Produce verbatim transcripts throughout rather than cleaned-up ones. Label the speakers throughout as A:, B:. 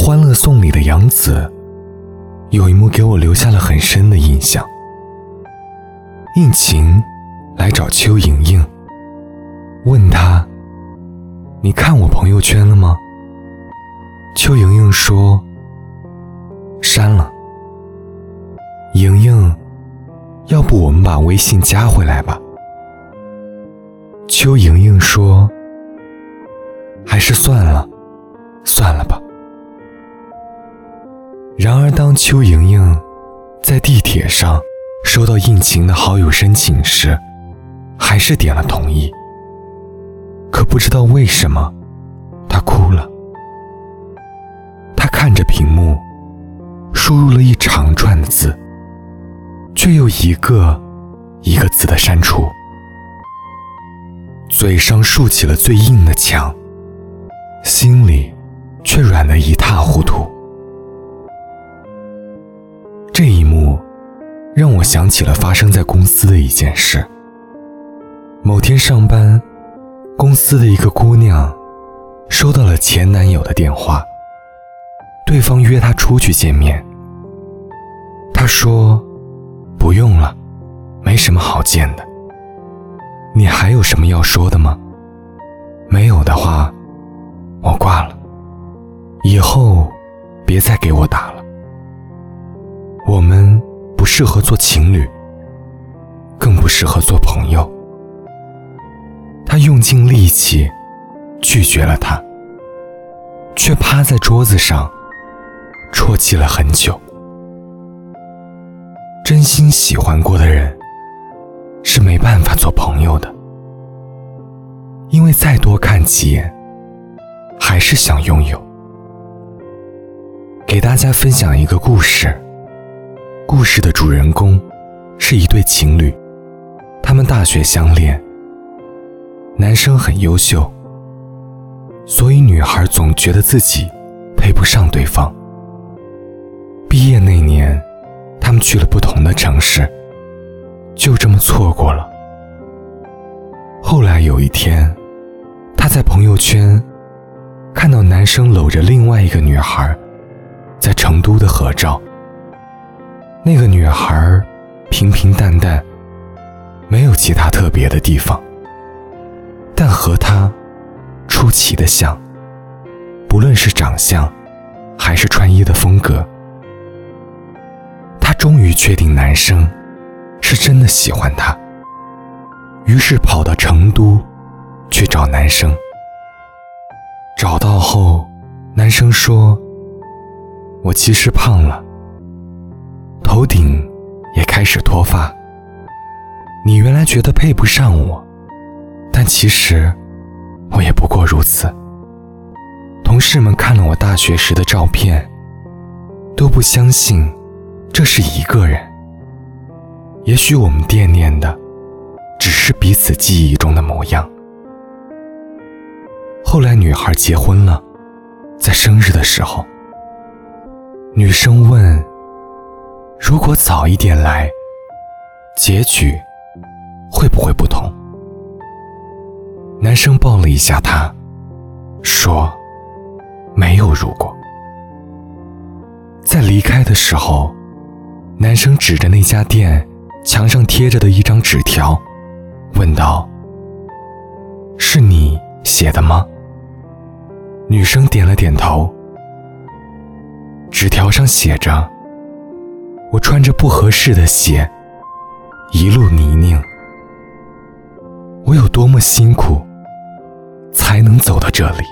A: 欢乐颂》里的杨紫，有一幕给我留下了很深的印象。应勤来找邱莹莹，问她：你看我朋友圈了吗？邱莹莹说：删了。莹莹，要不我们把微信加回来吧。邱莹莹说：还是算了，算了吧。然而当邱莹莹在地铁上收到应勤的好友申请时，还是点了同意。可不知道为什么，她哭了。她看着屏幕，输入了一长串的字，却又一个一个字的删除，嘴上竖起了最硬的墙，心里却软得一塌糊涂。这一幕让我想起了发生在公司的一件事。某天上班，公司的一个姑娘收到了前男友的电话，对方约她出去见面。她说：不用了，没什么好见的。你还有什么要说的吗？没有的话，我挂了，以后别再给我打了。我们不适合做情侣，更不适合做朋友。他用尽力气拒绝了他，却趴在桌子上啜泣了很久。真心喜欢过的人是没办法做朋友的，因为再多看几眼还是想拥有。给大家分享一个故事，故事的主人公是一对情侣，他们大学相恋，男生很优秀，所以女孩总觉得自己配不上对方。毕业那年，他们去了不同的城市，就这么错过了。后来有一天，她在朋友圈看到男生搂着另外一个女孩在成都的合照。那个女孩平平淡淡，没有其他特别的地方，但和她出奇的像，不论是长相还是穿衣的风格。她终于确定男生是真的喜欢她，于是跑到成都去找男生。找到后，男生说：我其实胖了，头顶也开始脱发。你原来觉得配不上我，但其实我也不过如此。同事们看了我大学时的照片，都不相信这是一个人。也许我们惦念的只是彼此记忆中的模样。后来女孩结婚了，在生日的时候，女生问：如果早一点来，结局会不会不同？男生抱了一下她，说：没有如果。在离开的时候，男生指着那家店墙上贴着的一张纸条，问道：是你写的吗？女生点了点头。纸条上写着：我穿着不合适的鞋，一路泥泞，我有多么辛苦才能走到这里。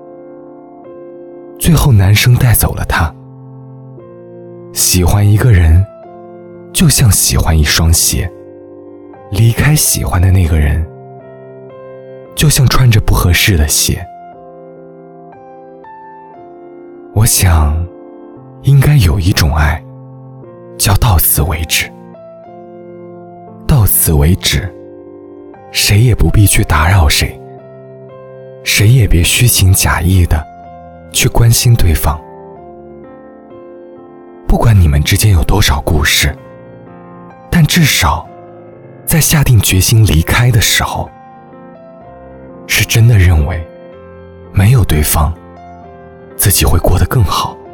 A: 最后男生带走了她。喜欢一个人就像喜欢一双鞋，离开喜欢的那个人就像穿着不合适的鞋。我想应该有一种爱叫到此为止，到此为止，谁也不必去打扰谁，谁也别虚情假意的去关心对方。不管你们之间有多少故事，但至少在下定决心离开的时候，是真的认为没有对方，自己会过得更好。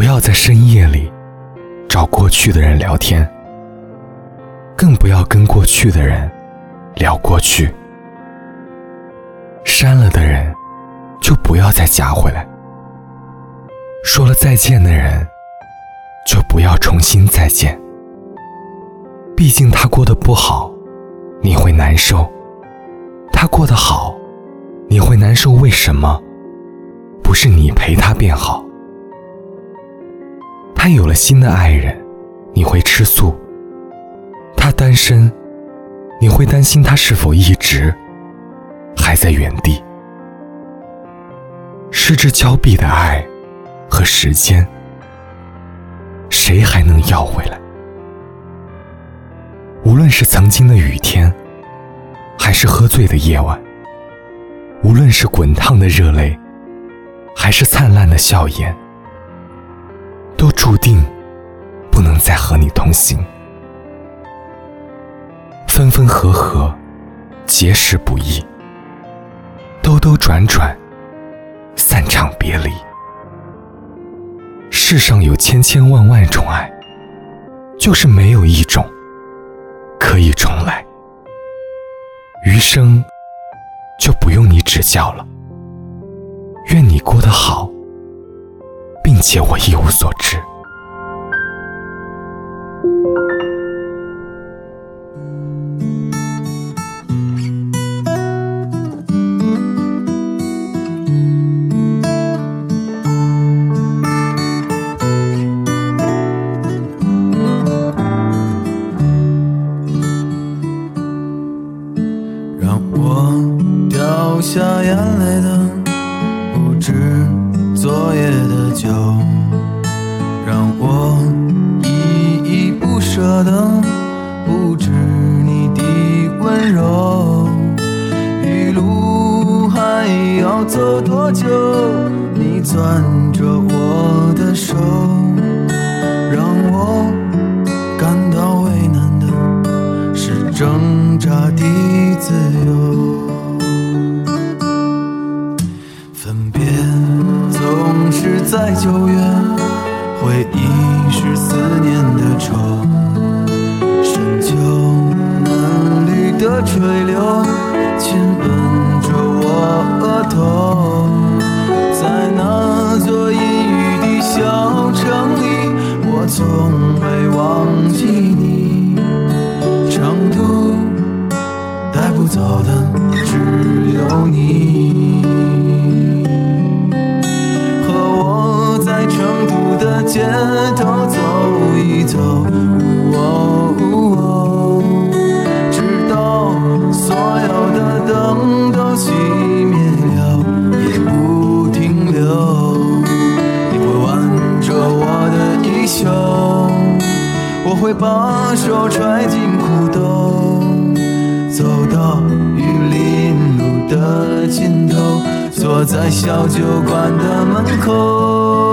A: 要在深夜里找过去的人聊天，更不要跟过去的人聊过去。删了的人就不要再加回来，说了再见的人就不要重新再见。毕竟他过得不好，你会难受；他过得好，你会难受。为什么？不是你陪他变好。他有了新的爱人，你会吃醋；他单身，你会担心他是否一直还在原地。失之交臂的爱和时间，谁还能要回来？无论是曾经的雨天，还是喝醉的夜晚，无论是滚烫的热泪，还是灿烂的笑颜，都注定不能再和你同行。分分合合，结识不易，兜兜转转，散场别离。世上有千千万万种爱，就是没有一种可以重来。余生就不用你指教了，愿你过得好，并且我一无所知。
B: 掉下眼泪的不止昨夜的酒，让我依依不舍的不止你的温柔。一路还要走多久？你攥着我的手，让我感到为难的是挣扎的自由。分别总是在九月，回忆是思念的愁，深秋嫩绿的垂柳亲吻着我额头。在那座阴雨的小城里，我从未忘记你，长途带不走的只有你。成都的街头走一走，哦哦，直到所有的灯都熄灭了，也不停留。你会挽着我的衣袖，我会把手揣进裤兜，走到玉林路的尽头，坐在小酒馆的门口。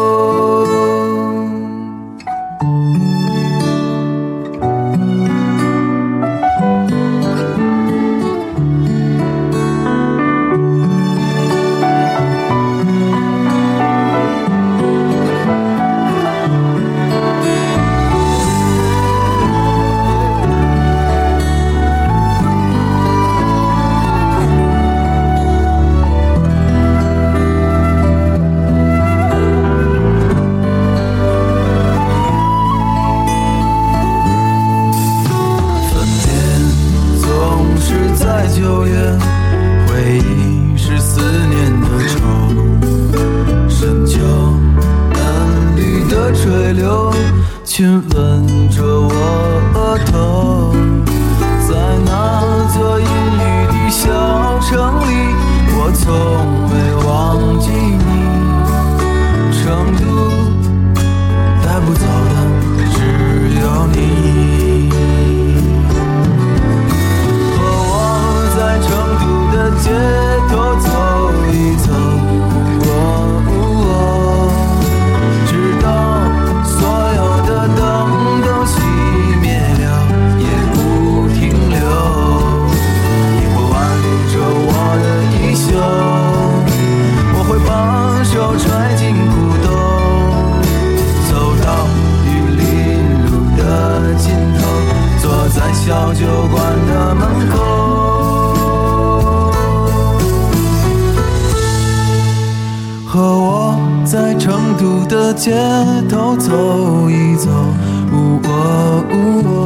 B: 九月，回忆是思念的愁，深秋嫩绿的垂柳亲吻着我额头。在那座阴雨的小城里，我从未忘记你，成都带不走的只有你。街头走一走，哦哦，直到所有的灯都熄灭了，也不停留。你会挽着我的衣袖， 途的街头走一走。哦哦哦